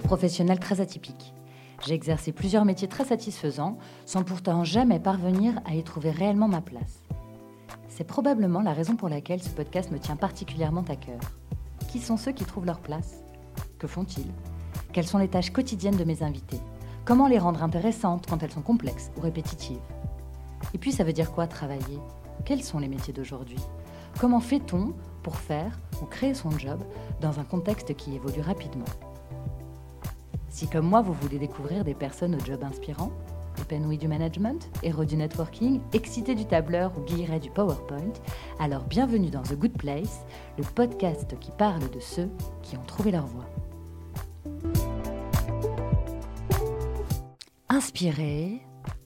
professionnelle très atypique. J'ai exercé plusieurs métiers très satisfaisants, sans pourtant jamais parvenir à y trouver réellement ma place. C'est probablement la raison pour laquelle ce podcast me tient particulièrement à cœur. Qui sont ceux qui trouvent leur place ? Que font-ils ? Quelles sont les tâches quotidiennes de mes invités ? Comment les rendre intéressantes quand elles sont complexes ou répétitives ? Et puis ça veut dire quoi travailler ? Quels sont les métiers d'aujourd'hui ? Comment fait-on pour faire ou créer son job dans un contexte qui évolue rapidement ? Si comme moi vous voulez découvrir des personnes au job inspirant, épanouies du management, héros du networking, excités du tableur ou guillerets du PowerPoint, alors bienvenue dans The Good Place, le podcast qui parle de ceux qui ont trouvé leur voie. Inspirez,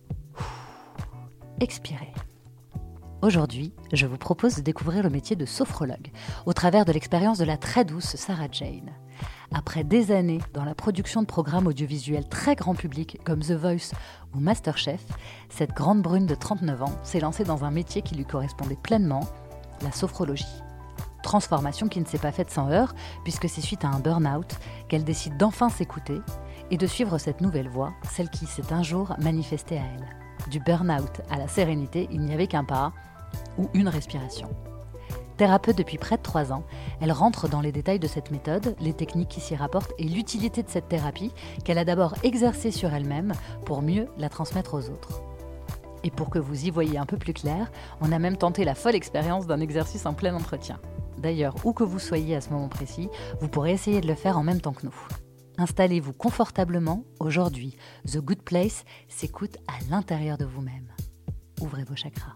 expirez. Aujourd'hui, je vous propose de découvrir le métier de sophrologue au travers de l'expérience de la très douce Sarah Jane. Après des années dans la production de programmes audiovisuels très grand public comme The Voice ou MasterChef, cette grande brune de 39 ans s'est lancée dans un métier qui lui correspondait pleinement, la sophrologie. Transformation qui ne s'est pas faite sans heurts, puisque c'est suite à un burn-out qu'elle décide d'enfin s'écouter et de suivre cette nouvelle voie, celle qui s'est un jour manifestée à elle. Du burn-out à la sérénité, il n'y avait qu'un pas ou une respiration. Thérapeute depuis près de 3 ans, elle rentre dans les détails de cette méthode, les techniques qui s'y rapportent et l'utilité de cette thérapie qu'elle a d'abord exercée sur elle-même pour mieux la transmettre aux autres. Et pour que vous y voyez un peu plus clair, on a même tenté la folle expérience d'un exercice en plein entretien. D'ailleurs, où que vous soyez à ce moment précis, vous pourrez essayer de le faire en même temps que nous. Installez-vous confortablement. Aujourd'hui, The Good Place s'écoute à l'intérieur de vous-même. Ouvrez vos chakras.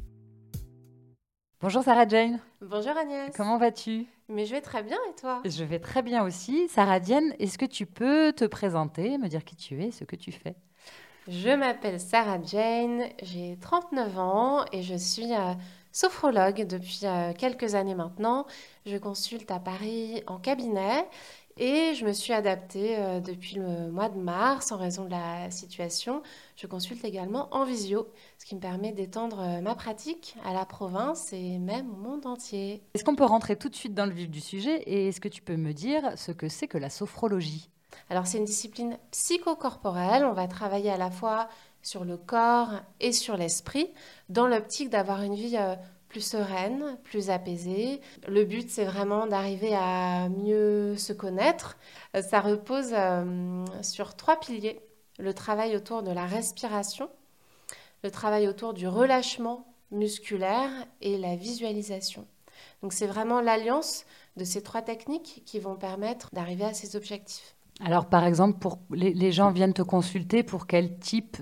Bonjour Sarah Jane. Bonjour Agnès. Comment vas-tu ? Mais je vais très bien et toi ? Je vais très bien aussi. Sarah Jane, est-ce que tu peux te présenter, me dire qui tu es, ce que tu fais ? Je m'appelle Sarah Jane, j'ai 39 ans et je suis sophrologue depuis quelques années maintenant. Je consulte à Paris en cabinet et je me suis adaptée depuis le mois de mars en raison de la situation. Je consulte également en visio, ce qui me permet d'étendre ma pratique à la province et même au monde entier. Est-ce qu'on peut rentrer tout de suite dans le vif du sujet et est-ce que tu peux me dire ce que c'est que la sophrologie ? Alors c'est une discipline psychocorporelle, on va travailler à la fois sur le corps et sur l'esprit dans l'optique d'avoir une vie plus sereine, plus apaisée. Le but c'est vraiment d'arriver à mieux se connaître. Ça repose sur 3 piliers. Le travail autour de la respiration, le travail autour du relâchement musculaire et la visualisation. Donc c'est vraiment l'alliance de ces 3 techniques qui vont permettre d'arriver à ces objectifs. Alors, par exemple, pour les gens viennent te consulter pour quel type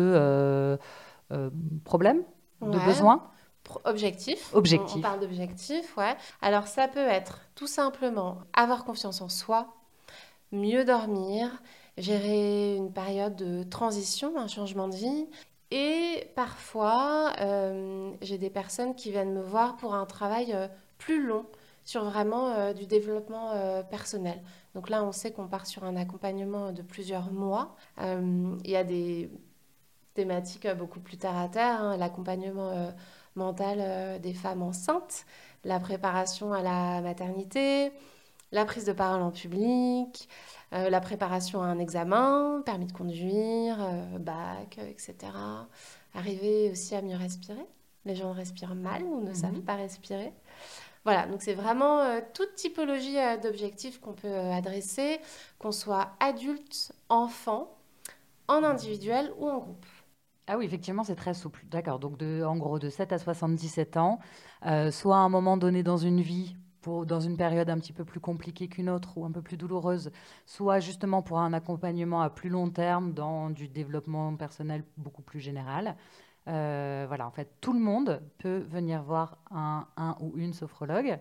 de problème, de besoin ? Objectif. Objectif. On parle d'objectif, ouais. Alors, ça peut être tout simplement avoir confiance en soi, mieux dormir, gérer une période de transition, un changement de vie. Et parfois, j'ai des personnes qui viennent me voir pour un travail plus long sur vraiment du développement personnel. Donc là, on sait qu'on part sur un accompagnement de plusieurs mois. Il y a des thématiques beaucoup plus terre à terre, hein, l'accompagnement mental des femmes enceintes, la préparation à la maternité, la prise de parole en public, la préparation à un examen, permis de conduire, bac, etc. Arriver aussi à mieux respirer. Les gens respirent mal ou ne savent pas respirer. Voilà, donc c'est vraiment toute typologie d'objectifs qu'on peut adresser, qu'on soit adulte, enfant, en individuel ou en groupe. Ah oui, effectivement, c'est très souple. D'accord, donc en gros de 7 à 77 ans, soit à un moment donné dans une vie, dans une période un petit peu plus compliquée qu'une autre ou un peu plus douloureuse, soit justement pour un accompagnement à plus long terme dans du développement personnel beaucoup plus général. Voilà, en fait, tout le monde peut venir voir un ou une sophrologue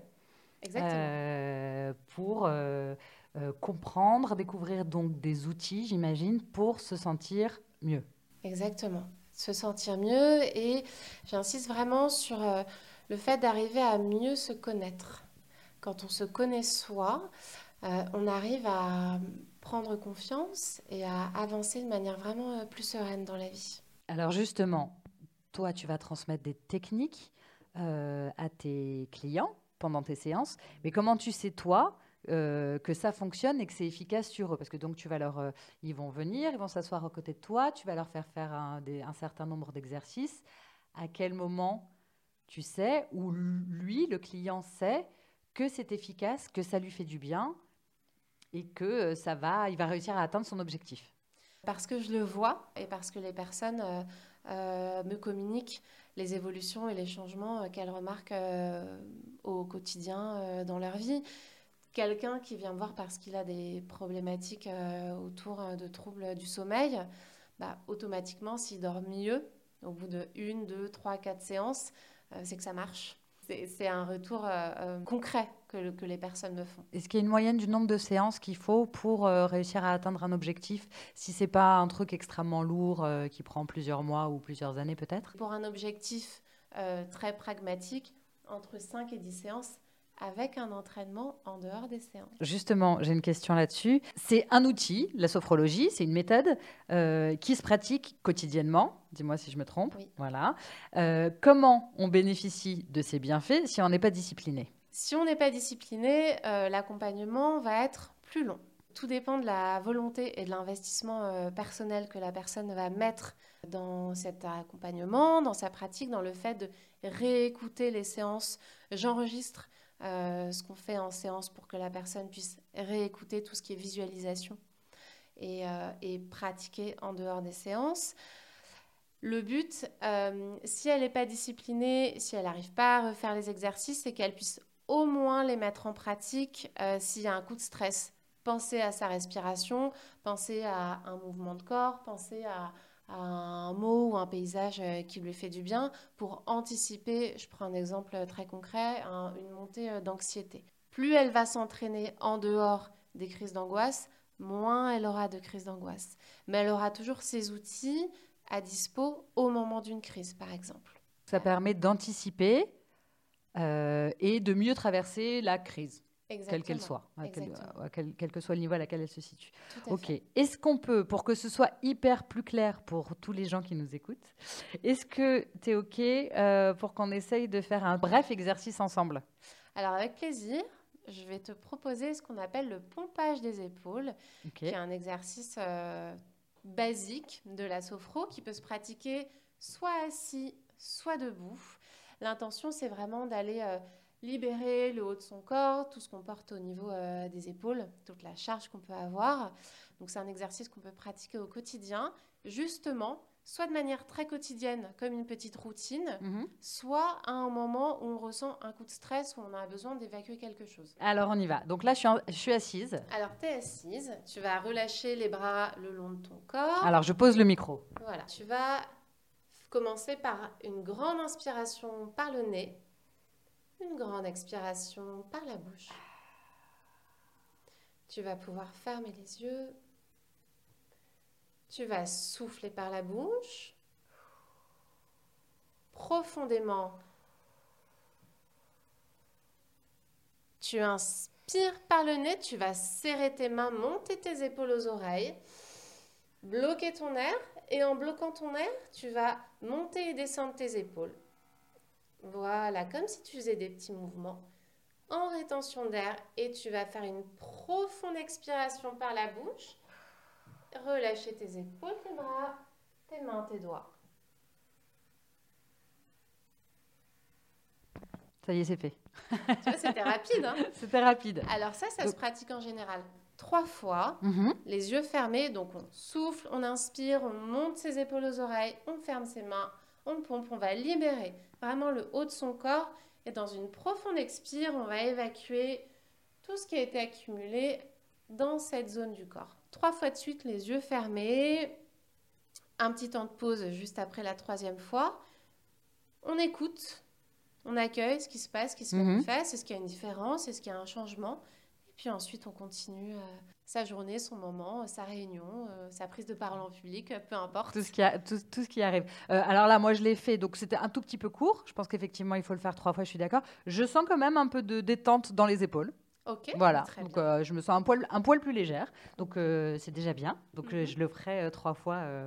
pour comprendre, découvrir donc des outils, j'imagine, pour se sentir mieux. Exactement, se sentir mieux et j'insiste vraiment sur le fait d'arriver à mieux se connaître. Quand on se connaît soi, on arrive à prendre confiance et à avancer de manière vraiment plus sereine dans la vie. Alors justement, toi, tu vas transmettre des techniques à tes clients pendant tes séances. Mais comment tu sais, toi, que ça fonctionne et que c'est efficace sur eux. Parce que donc, ils vont venir, ils vont s'asseoir à côté de toi, tu vas leur faire un certain nombre d'exercices. À quel moment tu sais, ou lui, le client sait que c'est efficace, que ça lui fait du bien et que il va réussir à atteindre son objectif. Parce que je le vois et parce que les personnes me communiquent les évolutions et les changements qu'elles remarquent au quotidien dans leur vie. Quelqu'un qui vient me voir parce qu'il a des problématiques autour de troubles du sommeil, bah, automatiquement, s'il dort mieux, au bout de 1, 2, 3, 4 séances, c'est que ça marche. C'est un retour concret que les personnes me font. Est-ce qu'il y a une moyenne du nombre de séances qu'il faut pour réussir à atteindre un objectif, si c'est pas un truc extrêmement lourd qui prend plusieurs mois ou plusieurs années peut-être? Pour un objectif très pragmatique, entre 5 et 10 séances, avec un entraînement en dehors des séances. Justement, j'ai une question là-dessus. C'est un outil, la sophrologie, c'est une méthode qui se pratique quotidiennement. Dis-moi si je me trompe. Oui. Voilà. Comment on bénéficie de ces bienfaits si on n'est pas discipliné? Si on n'est pas discipliné, l'accompagnement va être plus long. Tout dépend de la volonté et de l'investissement personnel que la personne va mettre dans cet accompagnement, dans sa pratique, dans le fait de réécouter les séances. J'enregistre ce qu'on fait en séance pour que la personne puisse réécouter tout ce qui est visualisation et pratiquer en dehors des séances. Le but, si elle n'est pas disciplinée, si elle n'arrive pas à refaire les exercices, c'est qu'elle puisse au moins les mettre en pratique s'il y a un coup de stress. Pensez à sa respiration, pensez à un mouvement de corps, pensez à un mot ou un paysage qui lui fait du bien pour anticiper, je prends un exemple très concret, une montée d'anxiété. Plus elle va s'entraîner en dehors des crises d'angoisse, moins elle aura de crises d'angoisse. Mais elle aura toujours ses outils à dispo au moment d'une crise, par exemple. Ça permet d'anticiper et de mieux traverser la crise. Exactement. Quelle qu'elle soit, quel que soit le niveau à laquelle elle se situe. Tout à fait. Est-ce qu'on peut, pour que ce soit hyper plus clair pour tous les gens qui nous écoutent, est-ce que tu es OK pour qu'on essaye de faire un bref exercice ensemble? Alors, avec plaisir, je vais te proposer ce qu'on appelle le pompage des épaules, qui est un exercice basique de la sophro qui peut se pratiquer soit assis, soit debout. L'intention, c'est vraiment d'aller libérer le haut de son corps, tout ce qu'on porte au niveau des épaules, toute la charge qu'on peut avoir. Donc c'est un exercice qu'on peut pratiquer au quotidien, justement, soit de manière très quotidienne, comme une petite routine, soit à un moment où on ressent un coup de stress, où on a besoin d'évacuer quelque chose. Alors on y va. Donc là, je suis assise. Alors tu es assise, tu vas relâcher les bras le long de ton corps. Alors je pose le micro. Voilà, tu vas commencer par une grande inspiration par le nez. Une grande expiration par la bouche. Tu vas pouvoir fermer les yeux. Tu vas souffler par la bouche. Profondément. Tu inspires par le nez. Tu vas serrer tes mains, monter tes épaules aux oreilles. Bloquer ton air. Et en bloquant ton air, tu vas monter et descendre tes épaules. Voilà, comme si tu faisais des petits mouvements en rétention d'air et tu vas faire une profonde expiration par la bouche. Relâcher tes épaules, tes bras, tes mains, tes doigts. Ça y est, c'est fait. Tu vois, c'était rapide. Hein. C'était rapide. Alors ça se pratique en général 3 fois, les yeux fermés. Donc on souffle, on inspire, on monte ses épaules aux oreilles, on ferme ses mains. On pompe, on va libérer vraiment le haut de son corps et dans une profonde expire, on va évacuer tout ce qui a été accumulé dans cette zone du corps. 3 fois de suite, les yeux fermés, un petit temps de pause juste après la 3e fois. On écoute, on accueille ce qui se passe, ce qui se manifeste, est-ce qu'il y a une différence, est-ce qu'il y a un changement. Et puis ensuite, on continue sa journée, son moment, sa réunion, sa prise de parole en public, peu importe. Tout ce qui arrive. Alors là, moi, je l'ai fait, donc c'était un tout petit peu court. Je pense qu'effectivement, il faut le faire 3 fois, je suis d'accord. Je sens quand même un peu de détente dans les épaules. Ok, voilà. Très donc bien. Je me sens un poil plus légère. Donc c'est déjà bien. Donc je le ferai 3 fois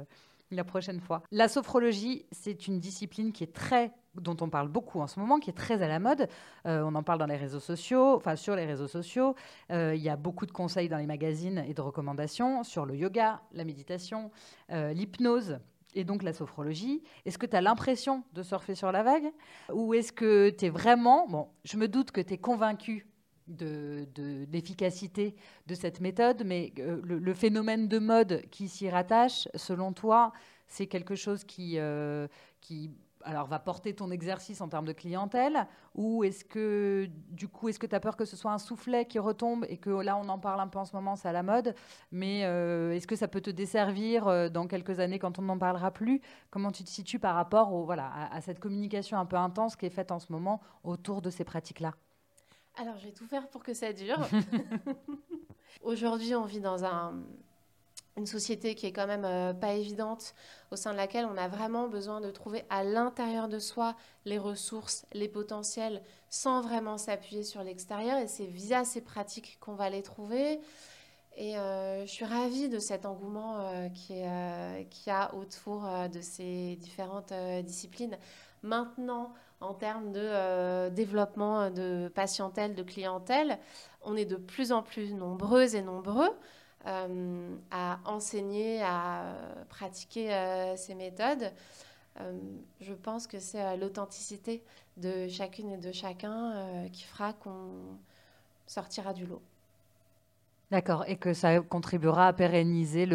la prochaine fois. La sophrologie, c'est une discipline dont on parle beaucoup en ce moment, qui est très à la mode. On en parle dans les réseaux sociaux, enfin sur les réseaux sociaux. Il y a beaucoup de conseils dans les magazines et de recommandations sur le yoga, la méditation, l'hypnose et donc la sophrologie. Est-ce que tu as l'impression de surfer sur la vague? Ou est-ce que tu es vraiment... Bon, je me doute que tu es convaincu de l'efficacité de cette méthode, mais le phénomène de mode qui s'y rattache, selon toi, c'est quelque chose qui alors, va porter ton exercice en termes de clientèle, ou est-ce que, du coup, est-ce que tu as peur que ce soit un soufflet qui retombe et que là, on en parle un peu en ce moment, c'est à la mode, mais est-ce que ça peut te desservir dans quelques années quand on n'en parlera plus? Comment tu te situes par rapport voilà, à cette communication un peu intense qui est faite en ce moment autour de ces pratiques-là? Alors, je vais tout faire pour que ça dure. Aujourd'hui, on vit dans une société qui est quand même pas évidente, au sein de laquelle on a vraiment besoin de trouver à l'intérieur de soi les ressources, les potentiels, sans vraiment s'appuyer sur l'extérieur. Et c'est via ces pratiques qu'on va les trouver. Et je suis ravie de cet engouement qu'il y a autour de ces différentes disciplines. Maintenant, en termes de développement de patientèle, de clientèle, on est de plus en plus nombreuses et nombreux à enseigner, à pratiquer ces méthodes. Je pense que c'est l'authenticité de chacune et de chacun qui fera qu'on sortira du lot. D'accord, et que ça contribuera à pérenniser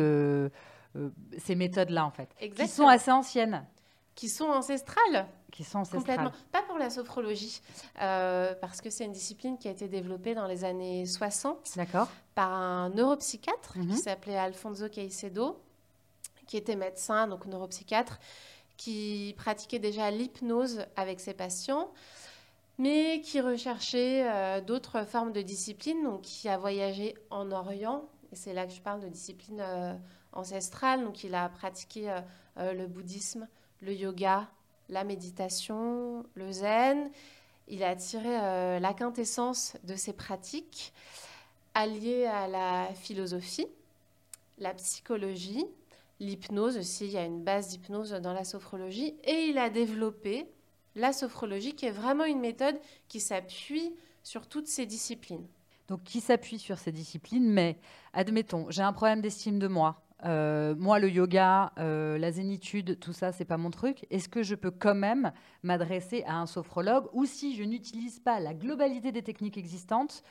ces méthodes-là, en fait, qui sont Exactement. assez anciennes. Qui sont ancestrales. Qui sont Complètement. ancestrales. Pas pour la sophrologie, parce que c'est une discipline qui a été développée dans les années 60 D'accord. par un neuropsychiatre qui Mhm. s'appelait Alfonso Caicedo, qui était médecin, donc neuropsychiatre, qui pratiquait déjà l'hypnose avec ses patients, mais qui recherchait d'autres formes de disciplines, donc qui a voyagé en Orient. Et c'est là que je parle de discipline ancestrale. Donc il a pratiqué le bouddhisme, le yoga, la méditation, le zen. Il a tiré la quintessence de ces pratiques, alliées à la philosophie, la psychologie, l'hypnose aussi. Il y a une base d'hypnose dans la sophrologie. Et il a développé la sophrologie, qui est vraiment une méthode qui s'appuie sur toutes ces disciplines. Donc, qui s'appuie sur ces disciplines, mais admettons, j'ai un problème d'estime de moi. Moi, le yoga, la zénitude, tout ça, c'est pas mon truc. Est-ce que je peux quand même m'adresser à un sophrologue, ou si je n'utilise pas la globalité des techniques existantes,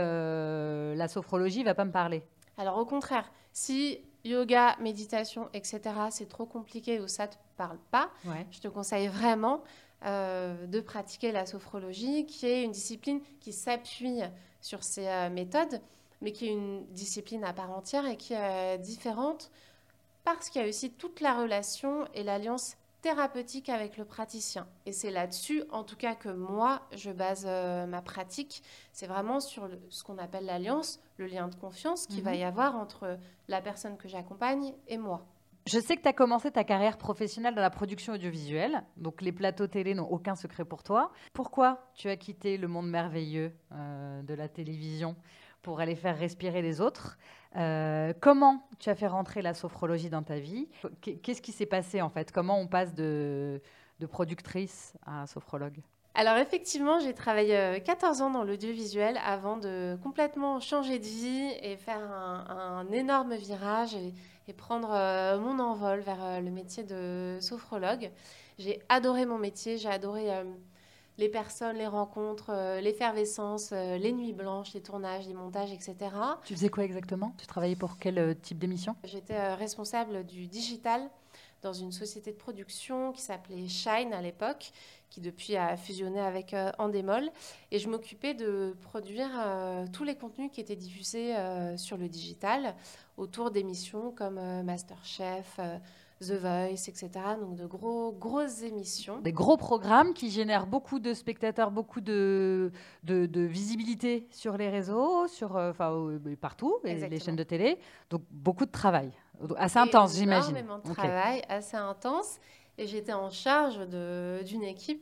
la sophrologie va pas me parler? Alors au contraire, si yoga, méditation, etc., c'est trop compliqué ou ça ne te parle pas, Ouais. je te conseille vraiment de pratiquer la sophrologie, qui est une discipline qui s'appuie sur ces méthodes, mais qui est une discipline à part entière et qui est différente parce qu'il y a aussi toute la relation et l'alliance thérapeutique avec le praticien. Et c'est là-dessus, en tout cas, que moi, je base ma pratique. C'est vraiment sur ce qu'on appelle l'alliance, le lien de confiance qu'il va y avoir entre la personne que j'accompagne et moi. Je sais que tu as commencé ta carrière professionnelle dans la production audiovisuelle, donc les plateaux télé n'ont aucun secret pour toi. Pourquoi tu as quitté le monde merveilleux de la télévision pour aller faire respirer les autres? Comment tu as fait rentrer la sophrologie dans ta vie? Qu'est-ce qui s'est passé en fait? Comment on passe de productrice à sophrologue? Alors effectivement, j'ai travaillé 14 ans dans l'audiovisuel avant de complètement changer de vie et faire un énorme virage et prendre mon envol vers le métier de sophrologue. J'ai adoré mon métier, j'ai adoré les personnes, les rencontres, l'effervescence, les nuits blanches, les tournages, les montages, etc. Tu faisais quoi exactement? Tu travaillais pour quel type d'émission? J'étais responsable du digital dans une société de production qui s'appelait Shine à l'époque, qui depuis a fusionné avec Endemol. Et je m'occupais de produire tous les contenus qui étaient diffusés sur le digital autour d'émissions comme MasterChef, The Voice, etc. Donc de grosses émissions. Des gros programmes qui génèrent beaucoup de spectateurs, beaucoup de visibilité sur les réseaux, partout, et les Exactement. chaînes de télé. Donc beaucoup de travail. Assez intense, j'imagine. Énormément de Ok. travail, assez intense. Et j'étais en charge d'une équipe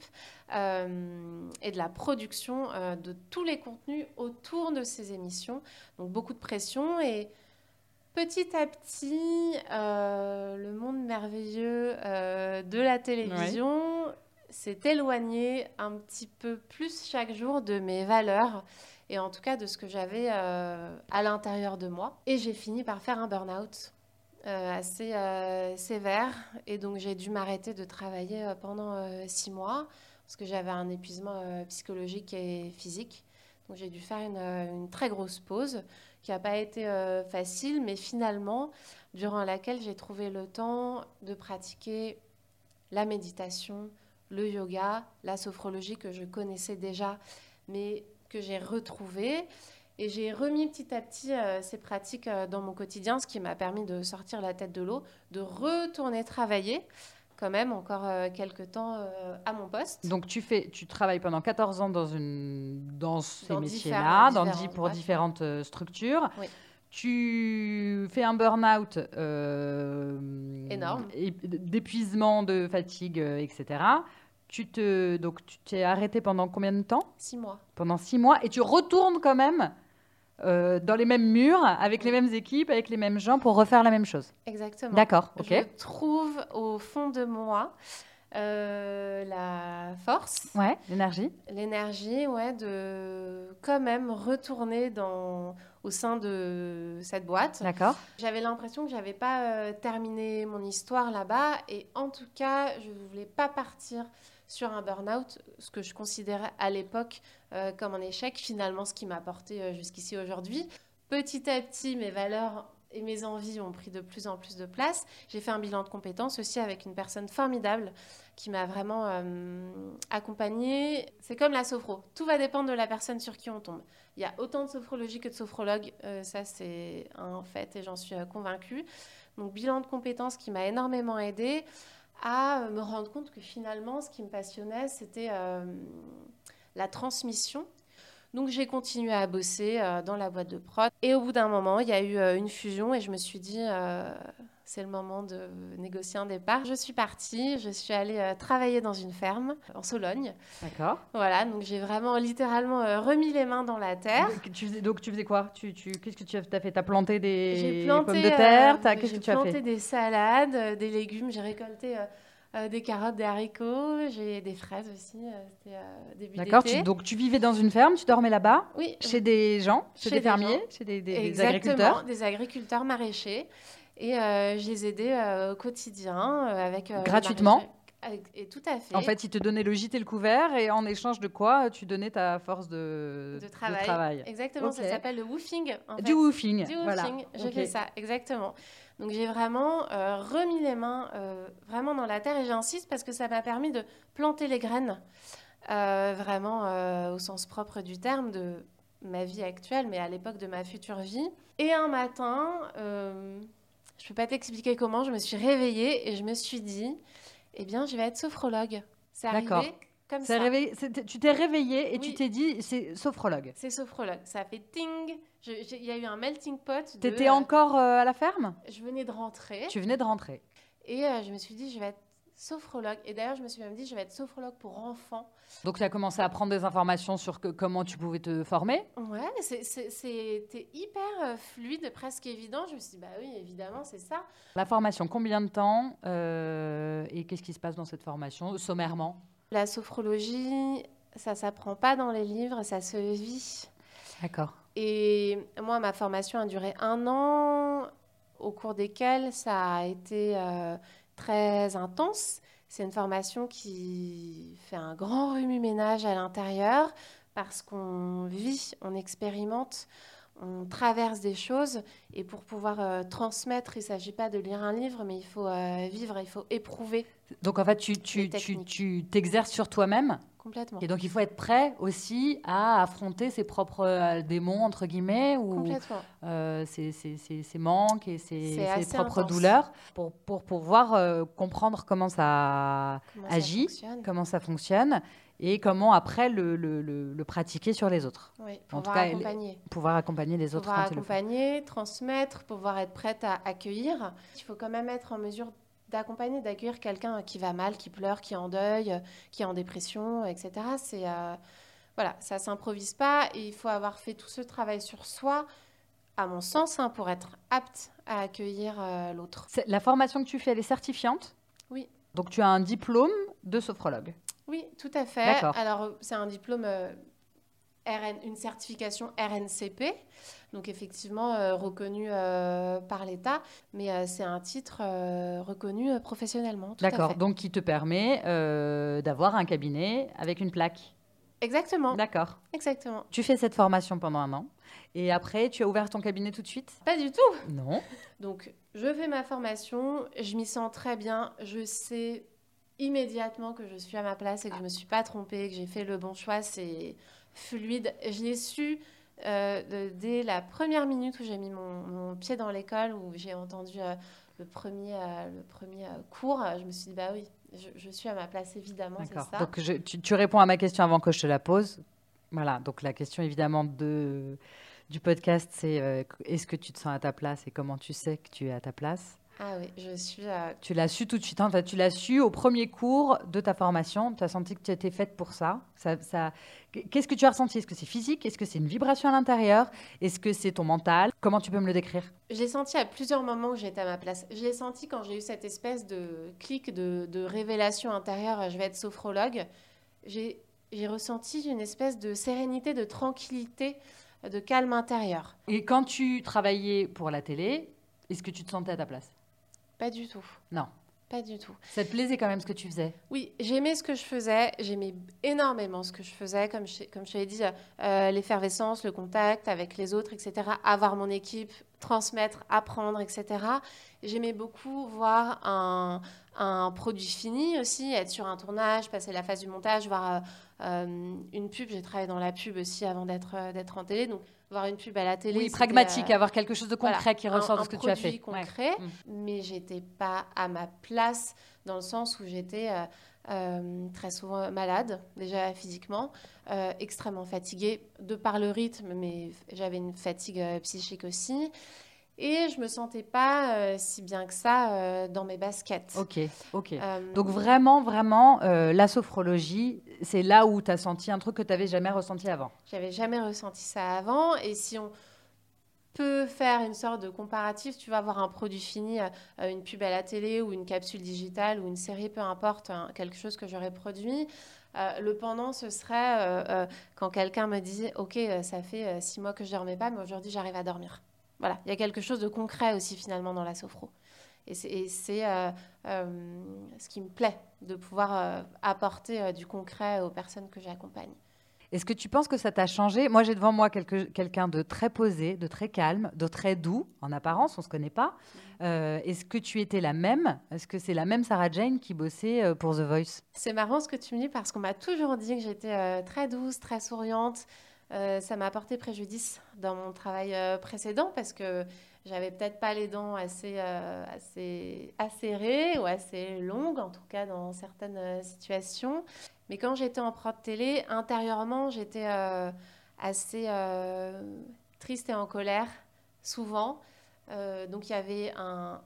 et de la production de tous les contenus autour de ces émissions. Donc beaucoup de pression et petit à petit, le monde merveilleux de la télévision s'est éloigné un petit peu plus chaque jour de mes valeurs et en tout cas de ce que j'avais à l'intérieur de moi. Et j'ai fini par faire un burn-out assez sévère et donc j'ai dû m'arrêter de travailler pendant 6 mois parce que j'avais un épuisement psychologique et physique. Donc j'ai dû faire une très grosse pause qui n'a pas été facile, mais finalement, durant laquelle j'ai trouvé le temps de pratiquer la méditation, le yoga, la sophrologie que je connaissais déjà, mais que j'ai retrouvée. Et j'ai remis petit à petit ces pratiques dans mon quotidien, ce qui m'a permis de sortir la tête de l'eau, de retourner travailler quand même encore quelques temps à mon poste. Donc tu travailles pendant 14 ans dans ces métiers-là, pour différentes structures. Oui. Tu fais un burn-out énorme, d'épuisement, de fatigue, etc. Donc tu t'es arrêté pendant combien de temps ? 6 mois. Pendant 6 mois, et tu retournes quand même dans les mêmes murs, avec les mêmes équipes, avec les mêmes gens, pour refaire la même chose. Exactement. D'accord, ok. Je trouve au fond de moi la force. Ouais, l'énergie. L'énergie, ouais, de quand même retourner au sein de cette boîte. D'accord. J'avais l'impression que je n'avais pas terminé mon histoire là-bas et en tout cas, je ne voulais pas partir sur un burn-out, ce que je considérais à l'époque comme un échec, finalement ce qui m'a porté jusqu'ici aujourd'hui. Petit à petit, mes valeurs et mes envies ont pris de plus en plus de place. J'ai fait un bilan de compétences aussi avec une personne formidable qui m'a vraiment accompagnée. C'est comme la sophro, tout va dépendre de la personne sur qui on tombe. Il y a autant de sophrologie que de sophrologue, ça c'est un fait et j'en suis convaincue. Donc bilan de compétences qui m'a énormément aidée à me rendre compte que finalement, ce qui me passionnait, c'était la transmission. Donc, j'ai continué à bosser dans la boîte de prod. Et au bout d'un moment, il y a eu une fusion et je me suis dit, c'est le moment de négocier un départ. Je suis partie, je suis allée travailler dans une ferme en Sologne. D'accord. Voilà, donc j'ai vraiment littéralement remis les mains dans la terre. Donc, tu faisais quoi Qu'est-ce que tu as fait ? Tu as planté des pommes de terre Qu'est-ce que tu as fait ? J'ai planté des salades, des légumes, j'ai récolté des carottes, des haricots, j'ai des fraises aussi, c'était début d'été. D'accord, donc tu vivais dans une ferme, tu dormais là-bas ? Oui. Chez des gens, chez des fermiers, chez des agriculteurs ? Des agriculteurs maraîchers. Et je les aidais au quotidien avec... gratuitement ? Et tout à fait. En fait, ils te donnaient le gîte et le couvert, et en échange de quoi tu donnais ta force de travail. Exactement, okay. Ça s'appelle le woofing. En fait. Du woofing, voilà. Je fais ça, exactement. Donc j'ai vraiment remis les mains vraiment dans la terre, et j'insiste parce que ça m'a permis de planter les graines, vraiment au sens propre du terme, de ma vie actuelle, mais à l'époque de ma future vie. Et un matin, je ne peux pas t'expliquer comment, je me suis réveillée et je me suis dit... Eh bien, je vais être sophrologue. C'est arrivé comme ça. Tu t'es réveillée et tu t'es dit, c'est sophrologue. C'est sophrologue. Ça a fait ting. Il y a eu un melting pot. Tu étais encore à la ferme ? Je venais de rentrer. Tu venais de rentrer. Et je me suis dit, je vais être sophrologue. Et d'ailleurs, je me suis même dit, je vais être sophrologue pour enfants. Donc, tu as commencé à prendre des informations sur comment tu pouvais te former ? Ouais, c'était hyper fluide, presque évident. Je me suis dit, bah oui, évidemment, c'est ça. La formation, combien de temps et qu'est-ce qui se passe dans cette formation, sommairement ? La sophrologie, ça ne s'apprend pas dans les livres, ça se vit. D'accord. Et moi, ma formation a duré 1 an, au cours desquels ça a été... très intense. C'est une formation qui fait un grand remue-ménage à l'intérieur parce qu'on vit, on expérimente, on traverse des choses et pour pouvoir transmettre, il ne s'agit pas de lire un livre, mais il faut vivre, il faut éprouver. Donc en fait, tu t'exerces sur toi-même. Complètement. Et donc il faut être prêt aussi à affronter ses propres démons, entre guillemets, ou ses manques et ses propres douleurs pour pouvoir comprendre comment ça agit, comment ça fonctionne et comment après le pratiquer sur les autres. Oui, pouvoir accompagner les autres. Pouvoir accompagner, transmettre, pouvoir être prête à accueillir. Il faut quand même être en mesure d'accompagner, d'accueillir quelqu'un qui va mal, qui pleure, qui est en deuil, qui est en dépression, etc. Voilà, ça ne s'improvise pas et il faut avoir fait tout ce travail sur soi à mon sens, pour être apte à accueillir l'autre. La formation que tu fais, elle est certifiante ? Oui. Donc, tu as un diplôme de sophrologue ? Oui, tout à fait. D'accord. Alors, c'est un diplôme, une certification RNCP, donc effectivement reconnue par l'État, mais c'est un titre reconnu professionnellement, tout à D'accord, fait. donc qui te permet d'avoir un cabinet avec une plaque. Exactement. D'accord. Exactement. Tu fais cette formation pendant 1 an et après, tu as ouvert ton cabinet tout de suite ? Pas du tout. Non. Donc, je fais ma formation, je m'y sens très bien, je sais immédiatement que je suis à ma place et que je ne me suis pas trompée, que j'ai fait le bon choix, c'est fluide. Je l'ai su dès la première minute où j'ai mis mon pied dans l'école, où j'ai entendu le premier cours. Je me suis dit, bah oui, je suis à ma place, évidemment, c'est D'accord. ça. Donc, tu réponds à ma question avant que je te la pose. Voilà, donc la question évidemment du podcast, c'est est-ce que tu te sens à ta place et comment tu sais que tu es à ta place ? Ah oui, je suis... Tu l'as su tout de suite, hein, tu l'as su au premier cours de ta formation, tu as senti que tu étais faite pour ça. Qu'est-ce que tu as ressenti ? Est-ce que c'est physique ? Est-ce que c'est une vibration à l'intérieur ? Est-ce que c'est ton mental ? Comment tu peux me le décrire ? Je l'ai senti à plusieurs moments où j'étais à ma place. Je l'ai senti quand j'ai eu cette espèce de clic de révélation intérieure, je vais être sophrologue. J'ai ressenti une espèce de sérénité, de tranquillité, de calme intérieur. Et quand tu travaillais pour la télé, est-ce que tu te sentais à ta place ? Pas du tout. Non. Pas du tout. Ça te plaisait quand même ce que tu faisais ? Oui, j'aimais ce que je faisais, j'aimais énormément ce que je faisais, comme je t'avais dit, l'effervescence, le contact avec les autres, etc. Avoir mon équipe, transmettre, apprendre, etc. J'aimais beaucoup voir un produit fini aussi, être sur un tournage, passer la phase du montage, voir une pub. J'ai travaillé dans la pub aussi avant d'être en télé, donc voir une pub à la télé. Oui, pragmatique, avoir quelque chose de concret voilà, qui ressort de ce que tu as fait. Un produit concret, ouais. Mais j'étais pas à ma place dans le sens où j'étais très souvent malade, déjà physiquement, extrêmement fatiguée de par le rythme, mais j'avais une fatigue psychique aussi. Et je me sentais pas si bien que ça dans mes baskets. Ok. Donc vraiment, la sophrologie, c'est là où tu as senti un truc que tu n'avais jamais ressenti avant. J'avais jamais ressenti ça avant. Et si on peut faire une sorte de comparatif, tu vas avoir un produit fini, une pub à la télé ou une capsule digitale ou une série, peu importe, quelque chose que j'aurais produit. Le pendant, ce serait quand quelqu'un me dit « Ok, ça fait 6 mois que je ne dormais pas, mais aujourd'hui, j'arrive à dormir. » Voilà, il y a quelque chose de concret aussi finalement dans la sophro. Et c'est ce qui me plaît, de pouvoir apporter du concret aux personnes que j'accompagne. Est-ce que tu penses que ça t'a changé ? Moi, j'ai devant moi quelqu'un de très posé, de très calme, de très doux, en apparence, on ne se connaît pas. Est-ce que tu étais la même ? Est-ce que c'est la même Sarah Jane qui bossait pour The Voice ? C'est marrant ce que tu me dis parce qu'on m'a toujours dit que j'étais très douce, très souriante. Ça m'a apporté préjudice dans mon travail précédent parce que j'avais peut-être pas les dents assez acérées ou assez longues, en tout cas dans certaines situations. Mais quand j'étais en prod télé, intérieurement, j'étais assez triste et en colère, souvent. Donc il y avait un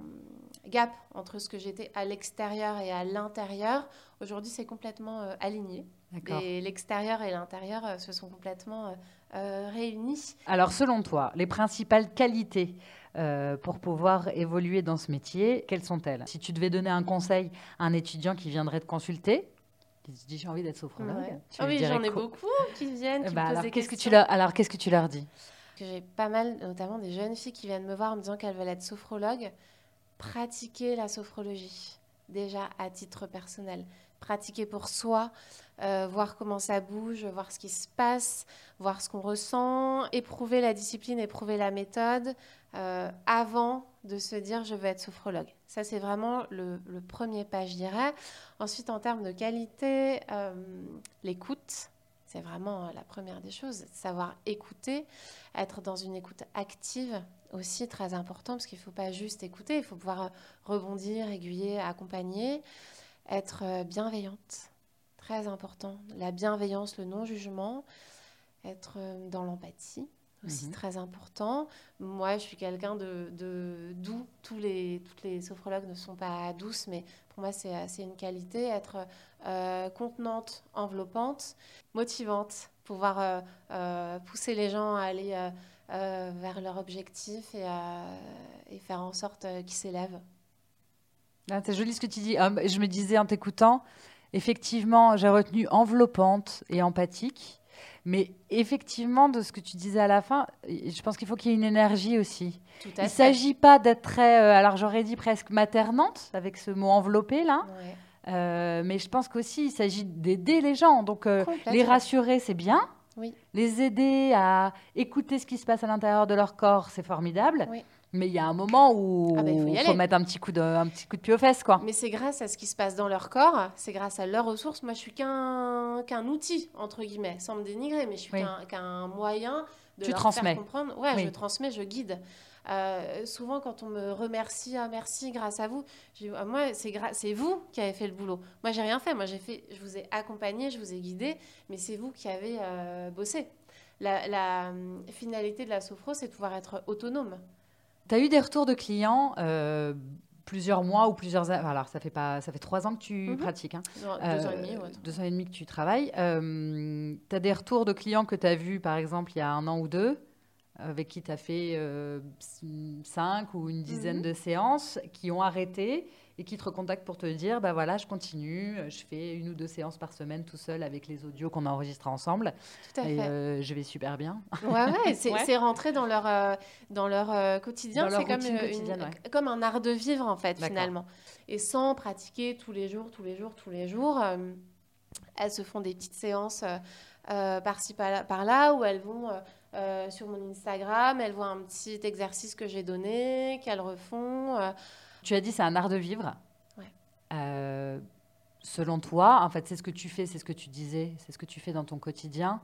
gap entre ce que j'étais à l'extérieur et à l'intérieur. Aujourd'hui, c'est complètement aligné. D'accord. Et l'extérieur et l'intérieur se sont complètement réunis. Alors, selon toi, les principales qualités pour pouvoir évoluer dans ce métier, quelles sont-elles ? Si tu devais donner un conseil à un étudiant qui viendrait te consulter, qui se dit j'ai envie d'être sophrologue, Ouais. tu lui dirais J'en ai quoi ? beaucoup qui viennent, qui me alors, posent des qu'est-ce questions. qu'est-ce que tu leur dis ? J'ai pas mal, notamment des jeunes filles qui viennent me voir en me disant qu'elles veulent être sophrologues. Pratiquer la sophrologie, déjà à titre personnel. Pratiquer pour soi, voir comment ça bouge, voir ce qui se passe, voir ce qu'on ressent, éprouver la discipline, éprouver la méthode, avant de se dire je veux être sophrologue. Ça, c'est vraiment le premier pas, je dirais. Ensuite, en termes de qualité, l'écoute. C'est vraiment la première des choses, savoir écouter, être dans une écoute active aussi, très important, parce qu'il ne faut pas juste écouter, il faut pouvoir rebondir, aiguiller, accompagner, être bienveillante, très important. La bienveillance, le non-jugement, être dans l'empathie, aussi très important. Moi, je suis quelqu'un de doux. Toutes les sophrologues ne sont pas douces, mais pour moi, c'est une qualité. Être contenante, enveloppante, motivante, pouvoir pousser les gens à aller vers leur objectif et faire en sorte qu'ils s'élèvent. Ah, c'est joli ce que tu dis. Je me disais en t'écoutant, effectivement, j'ai retenu enveloppante et empathique. Mais effectivement, de ce que tu disais à la fin, je pense qu'il faut qu'il y ait une énergie aussi. Tout Il à ne fait. s'agit pas d'être très, alors j'aurais dit presque maternante, avec ce mot enveloppé là. Ouais. Mais je pense qu'aussi, il s'agit d'aider les gens. Donc, les Complètement. rassurer, c'est bien. Oui, Les aider à écouter ce qui se passe à l'intérieur de leur corps, c'est formidable. oui. Mais il y a un moment Ah ben, il faut où y il faut aller. mettre un petit coup de pied aux fesses, quoi. Mais c'est grâce à ce qui se passe dans leur corps, c'est grâce à leurs ressources. Moi, je suis qu'un outil, entre guillemets, sans me dénigrer, mais je suis Oui. qu'un moyen de Tu leur transmets. faire comprendre. Ouais, Oui. je transmets, je guide. Souvent, quand on me remercie, ah merci, grâce à vous, je dis, ah, moi, c'est vous qui avez fait le boulot. Moi, j'ai rien fait. Moi, je vous ai accompagné, je vous ai guidé, mais c'est vous qui avez bossé. La finalité de la sophro, c'est de pouvoir être autonome. Tu as eu des retours de clients plusieurs mois ou plusieurs années. Alors, ça fait 3 ans que tu pratiques. Hein. 2 ans et demi, ouais. 2 ans et demi que tu travailles. Tu as des retours de clients que tu as vus, par exemple, il y a 1 an ou 2, avec qui tu as fait 5 ou une dizaine de séances, qui ont arrêté et qui te recontactent pour te dire, bah voilà, je continue, je fais 1 ou 2 séances par semaine tout seul avec les audios qu'on a enregistrés ensemble. Tout à Et fait. je vais super bien. Ouais, c'est Ouais. c'est rentré dans leur quotidien. Dans leur C'est comme, routine quotidienne, ouais. comme un art de vivre, en fait, D'accord. finalement. Et sans pratiquer tous les jours, tous les jours, tous les jours, elles se font des petites séances par-ci, par-là, où elles vont sur mon Instagram, elles voient un petit exercice que j'ai donné, qu'elles refont. Tu as dit c'est un art de vivre. Ouais. Selon toi, en fait, c'est ce que tu fais, c'est ce que tu disais, c'est ce que tu fais dans ton quotidien.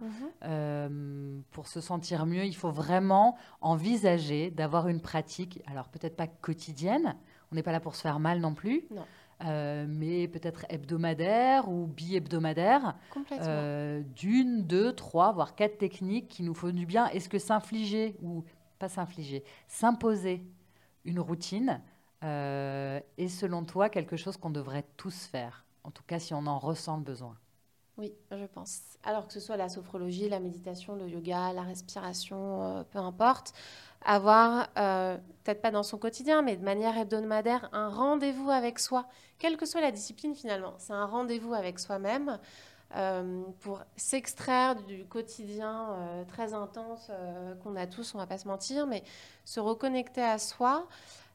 Pour se sentir mieux, il faut vraiment envisager d'avoir une pratique, alors peut-être pas quotidienne, on n'est pas là pour se faire mal non plus, Non, mais peut-être hebdomadaire ou bi-hebdomadaire, complètement. d'1, 2, 3, voire 4 techniques qui nous font du bien. Est-ce que s'infliger, ou pas s'infliger, s'imposer une routine est selon toi quelque chose qu'on devrait tous faire, en tout cas si on en ressent le besoin? Oui, je pense. Alors que ce soit la sophrologie, la méditation, le yoga, la respiration, peu importe, avoir, peut-être pas dans son quotidien, mais de manière hebdomadaire, un rendez-vous avec soi, quelle que soit la discipline finalement. C'est un rendez-vous avec soi-même pour s'extraire du quotidien très intense qu'on a tous, on va pas se mentir, mais se reconnecter à soi.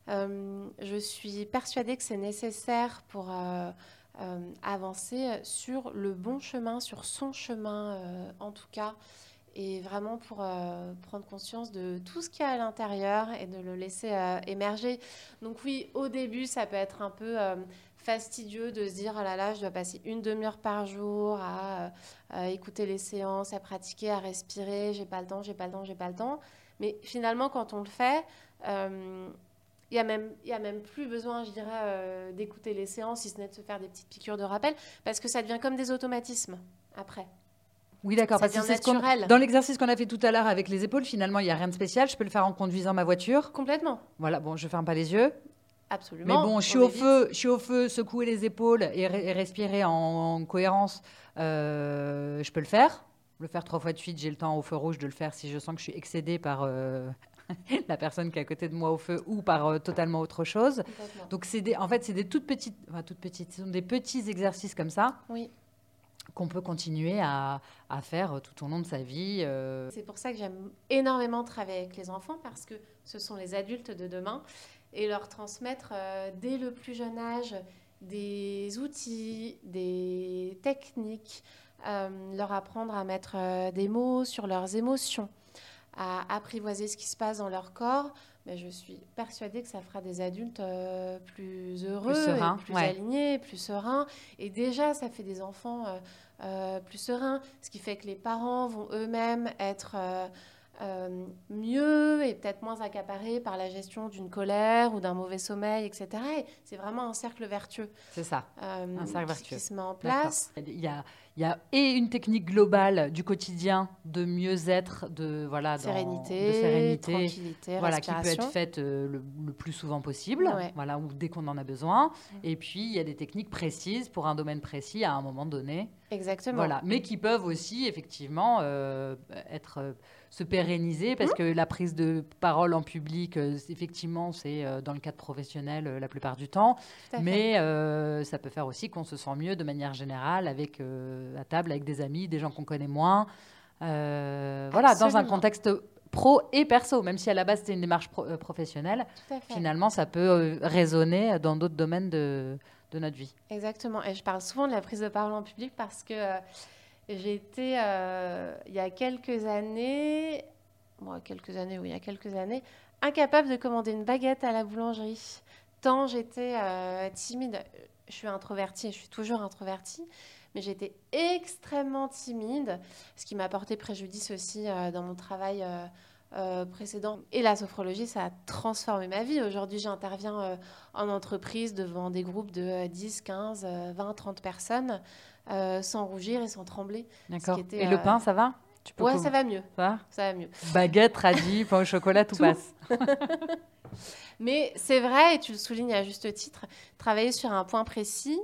Je suis persuadée que c'est nécessaire pour avancer sur le bon chemin, sur son chemin en tout cas, et vraiment pour prendre conscience de tout ce qu'il y a à l'intérieur et de le laisser émerger. Donc oui, au début, ça peut être un peu fastidieux de se dire, oh là là, je dois passer 1 demi-heure par jour à écouter les séances, à pratiquer, à respirer, j'ai pas le temps, j'ai pas le temps, j'ai pas le temps. Mais finalement, quand on le fait, il y a même plus besoin, je dirais, d'écouter les séances, si ce n'est de se faire des petites piqûres de rappel, parce que ça devient comme des automatismes après. Oui, d'accord, Ça parce que devient c'est naturel. dans l'exercice qu'on a fait tout à l'heure avec les épaules, finalement, il n'y a rien de spécial. Je peux le faire en conduisant ma voiture. Complètement. Voilà, bon, je ferme pas les yeux. Absolument. Mais bon, je suis au feu, secouer les épaules et respirer en cohérence, je peux le faire. Le faire 3 fois de suite, j'ai le temps au feu rouge de le faire si je sens que je suis excédée par la personne qui est à côté de moi au feu ou par totalement autre chose. Complètement. Donc, en fait, c'est des toutes petites, ce sont des petits exercices comme ça Oui. qu'on peut continuer à faire tout au long de sa vie. C'est pour ça que j'aime énormément travailler avec les enfants, parce que ce sont les adultes de demain, et leur transmettre dès le plus jeune âge des outils, des techniques, leur apprendre à mettre des mots sur leurs émotions, à apprivoiser ce qui se passe dans leur corps. Mais je suis persuadée que ça fera des adultes plus heureux, sereins, et plus ouais. alignés, plus sereins. Et déjà, ça fait des enfants plus sereins, ce qui fait que les parents vont eux-mêmes être mieux et peut-être moins accaparés par la gestion d'une colère ou d'un mauvais sommeil, etc. Et c'est vraiment un cercle vertueux C'est ça, un cercle vertueux. qui se met en D'accord. place. Il y a et une technique globale du quotidien de mieux-être, de sérénité, Tranquillité, voilà, qui peut respiration. être faite le plus souvent possible, Ouais. voilà, ou dès qu'on en a besoin. Et puis, il y a des techniques précises pour un domaine précis à un moment donné. Exactement. Voilà. Mais qui peuvent aussi, effectivement, se pérenniser pérenniser parce que la prise de parole en public, effectivement, c'est dans le cadre professionnel la plupart du temps. Mais ça peut faire aussi qu'on se sent mieux de manière générale à table avec des amis, des gens qu'on connaît moins. Voilà, dans un contexte pro et perso, même si à la base c'était une démarche professionnelle, finalement ça peut résonner dans d'autres domaines de notre vie. Exactement. Et je parle souvent de la prise de parole en public parce que j'ai été, il y a quelques années, incapable de commander une baguette à la boulangerie. Tant j'étais timide. Je suis introvertie, je suis toujours introvertie, mais j'étais extrêmement timide, ce qui m'a porté préjudice aussi dans mon travail précédent. Et la sophrologie, ça a transformé ma vie. Aujourd'hui, j'interviens en entreprise devant des groupes de 10, 15, 20, 30 personnes sans rougir et sans trembler. D'accord. Et le pain, ça va? Ouais, ça va mieux. Ça va mieux. Baguette, radis, pain au chocolat, tout passe. Mais c'est vrai, et tu le soulignes à juste titre, travailler sur un point précis,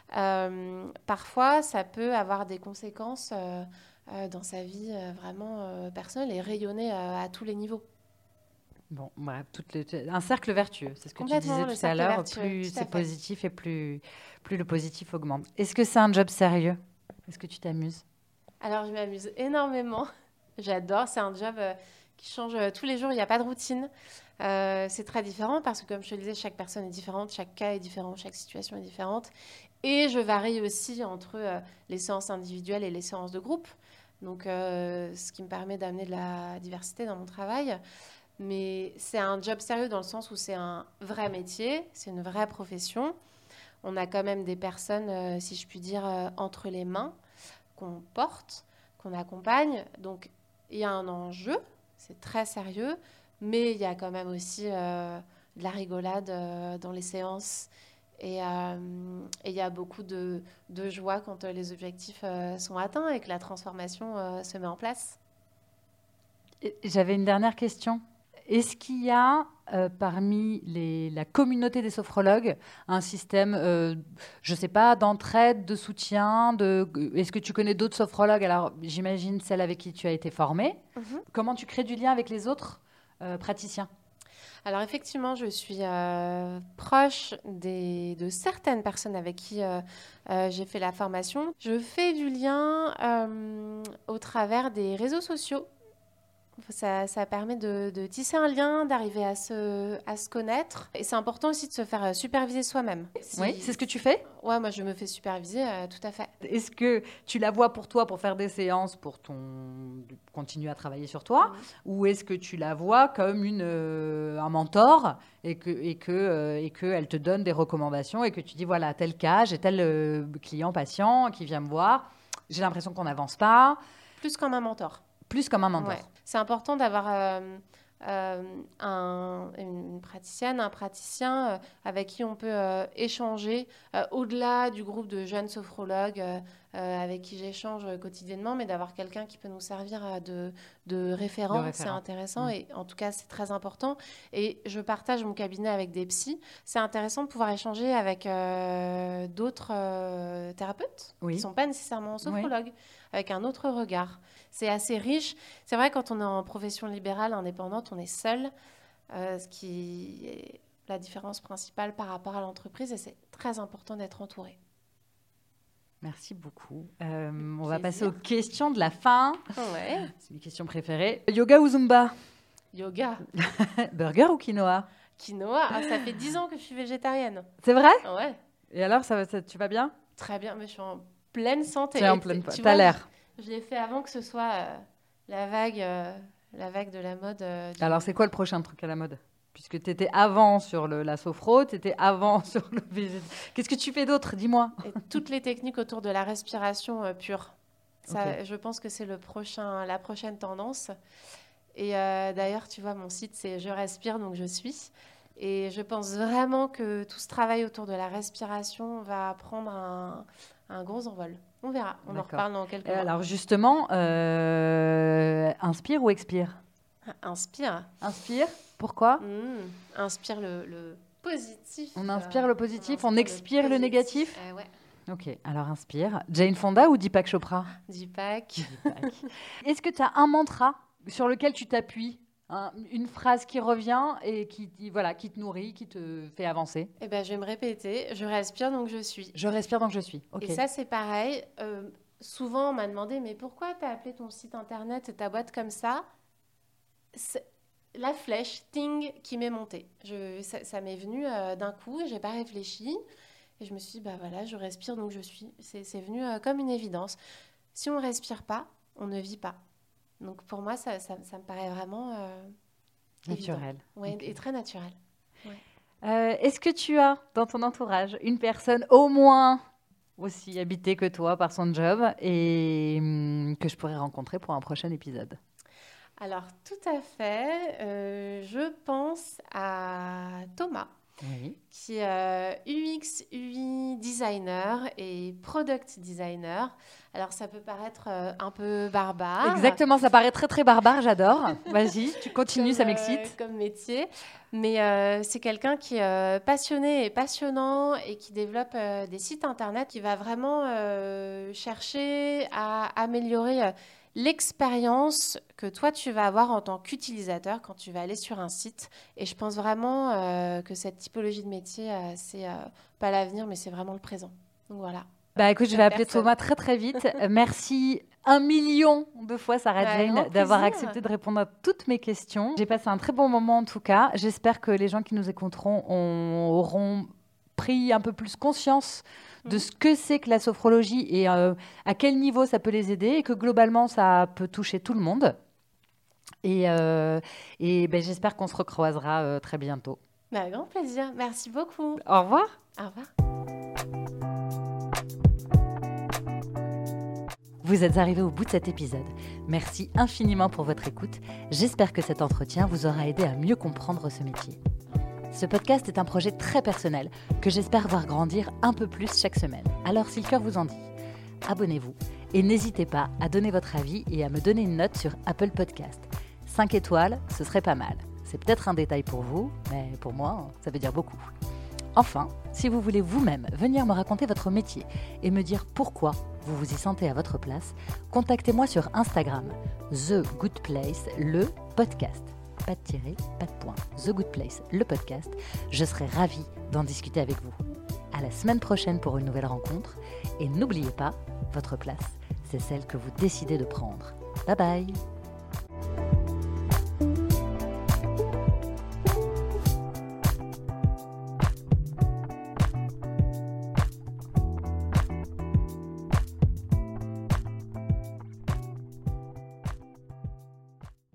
parfois, ça peut avoir des conséquences dans sa vie vraiment personnelle et rayonner à tous les niveaux. Bon, bref, un cercle vertueux, c'est ce que tu disais tout à l'heure. Plus c'est positif et plus le positif augmente. Est-ce que c'est un job sérieux? Est-ce que tu t'amuses? Alors, je m'amuse énormément. J'adore. C'est un job qui change tous les jours. Il n'y a pas de routine. C'est très différent parce que, comme je te le disais, chaque personne est différente, chaque cas est différent, chaque situation est différente. Et je varie aussi entre les séances individuelles et les séances de groupe. Donc, ce qui me permet d'amener de la diversité dans mon travail. Mais c'est un job sérieux dans le sens où c'est un vrai métier, c'est une vraie profession. On a quand même des personnes, si je puis dire, entre les mains, qu'on porte, qu'on accompagne. Donc, il y a un enjeu, c'est très sérieux, mais il y a quand même aussi de la rigolade dans les séances. Et il y a beaucoup de joie quand les objectifs sont atteints et que la transformation se met en place. J'avais une dernière question. Est-ce qu'il y a parmi la communauté des sophrologues un système, je ne sais pas, d'entraide, de soutien Est-ce que tu connais d'autres sophrologues? Alors, j'imagine celle avec qui tu as été formée. Comment tu crées du lien avec les autres praticiens? Alors, effectivement, je suis proche de certaines personnes avec qui j'ai fait la formation. Je fais du lien au travers des réseaux sociaux. Ça permet de tisser un lien, d'arriver à se connaître. Et c'est important aussi de se faire superviser soi-même. Oui, c'est ce que tu fais? Ouais, moi je me fais superviser, tout à fait. Est-ce que tu la vois pour toi, pour faire des séances, pour continuer à travailler sur toi, ou est-ce que tu la vois comme un mentor et qu'elle te donne des recommandations et que tu dis, voilà, tel cas, j'ai tel client, patient qui vient me voir, j'ai l'impression qu'on n'avance pas. Plus comme un mentor. Plus comme un mentor. Ouais. C'est important d'avoir une praticienne, un praticien avec qui on peut échanger au-delà du groupe de jeunes sophrologues avec qui j'échange quotidiennement, mais d'avoir quelqu'un qui peut nous servir de référent. C'est intéressant et en tout cas, c'est très important. Et je partage mon cabinet avec des psys. C'est intéressant de pouvoir échanger avec d'autres thérapeutes qui ne sont pas nécessairement sophrologues, avec un autre regard. C'est assez riche. C'est vrai, quand on est en profession libérale, indépendante, on est seul, ce qui est la différence principale par rapport à l'entreprise, et c'est très important d'être entouré. Merci beaucoup. On va passer aux questions de la fin. Ouais. C'est mes questions préférées. Yoga ou Zumba? Yoga. Burger ou quinoa? Quinoa. Ça fait 10 ans que je suis végétarienne. C'est vrai? Ouais. Et alors, tu vas bien? Très bien, mais je suis en pleine santé. Tu es en pleine santé. T'as l'air. Je l'ai fait avant que ce soit la vague de la mode. Alors, c'est quoi le prochain truc à la mode? Puisque tu étais avant sur la sophro, tu étais avant sur le végétal. Qu'est-ce que tu fais d'autre? Dis-moi. Et toutes les techniques autour de la respiration pure. Ça, je pense que c'est la prochaine tendance. Et d'ailleurs, tu vois, mon site, c'est Je respire, donc je suis. Et je pense vraiment que tout ce travail autour de la respiration va prendre un gros envol. On verra, on en reparle dans quelques mois. Alors justement, inspire ou expire? Inspire. Inspire, pourquoi? Inspire le positif. On inspire le positif, on expire le négatif? Ouais. Ok, alors inspire. Jane Fonda ou Deepak Chopra? Deepak. Est-ce que tu as un mantra sur lequel tu t'appuies, hein, une phrase qui revient et qui te nourrit, qui te fait avancer. Eh ben, je vais me répéter. Je respire, donc je suis. Je respire donc je suis. Et ça, c'est pareil. Souvent, on m'a demandé, mais pourquoi tu as appelé ton site internet et ta boîte comme ça? C'est la flèche, ting, qui m'est montée. Ça m'est venu d'un coup, et j'ai pas réfléchi. Et je me suis dit, bah voilà, je respire, donc je suis. C'est venu comme une évidence. Si on respire pas, on ne vit pas. Donc pour moi, ça me paraît vraiment naturel. Ouais, Okay. Et très naturel. Ouais. Est-ce que tu as dans ton entourage une personne au moins aussi habitée que toi par son job et que je pourrais rencontrer pour un prochain épisode? Alors, tout à fait. Je pense à Thomas, oui. qui est UX, UI designer et product designer. Alors, ça peut paraître un peu barbare. Exactement, ça paraît très, très barbare, j'adore. Vas-y, tu continues, ça m'excite. Comme métier. Mais c'est quelqu'un qui est passionné et passionnant et qui développe des sites internet, qui va vraiment chercher à améliorer l'expérience que toi, tu vas avoir en tant qu'utilisateur quand tu vas aller sur un site. Et je pense vraiment que cette typologie de métier, c'est pas l'avenir, mais c'est vraiment le présent. Donc voilà. Bah écoute, je vais appeler Thomas très très vite. Merci 1 million de fois, Sarah Jane, d'avoir accepté de répondre à toutes mes questions. J'ai passé un très bon moment en tout cas. J'espère que les gens qui nous écouteront auront pris un peu plus conscience de ce que c'est que la sophrologie et à quel niveau ça peut les aider et que globalement ça peut toucher tout le monde. Et j'espère qu'on se recroisera très bientôt. Avec grand plaisir. Merci beaucoup. Au revoir. Au revoir. Vous êtes arrivés au bout de cet épisode. Merci infiniment pour votre écoute. J'espère que cet entretien vous aura aidé à mieux comprendre ce métier. Ce podcast est un projet très personnel que j'espère voir grandir un peu plus chaque semaine. Alors si le cœur vous en dit, abonnez-vous et n'hésitez pas à donner votre avis et à me donner une note sur Apple Podcast. 5 étoiles, ce serait pas mal. C'est peut-être un détail pour vous, mais pour moi, ça veut dire beaucoup. Enfin, si vous voulez vous-même venir me raconter votre métier et me dire pourquoi vous vous y sentez à votre place, contactez-moi sur Instagram, The Good Place, le podcast. Pas de tiret, pas de point. The Good Place, le podcast. Je serai ravie d'en discuter avec vous. À la semaine prochaine pour une nouvelle rencontre. Et n'oubliez pas, votre place, c'est celle que vous décidez de prendre. Bye bye!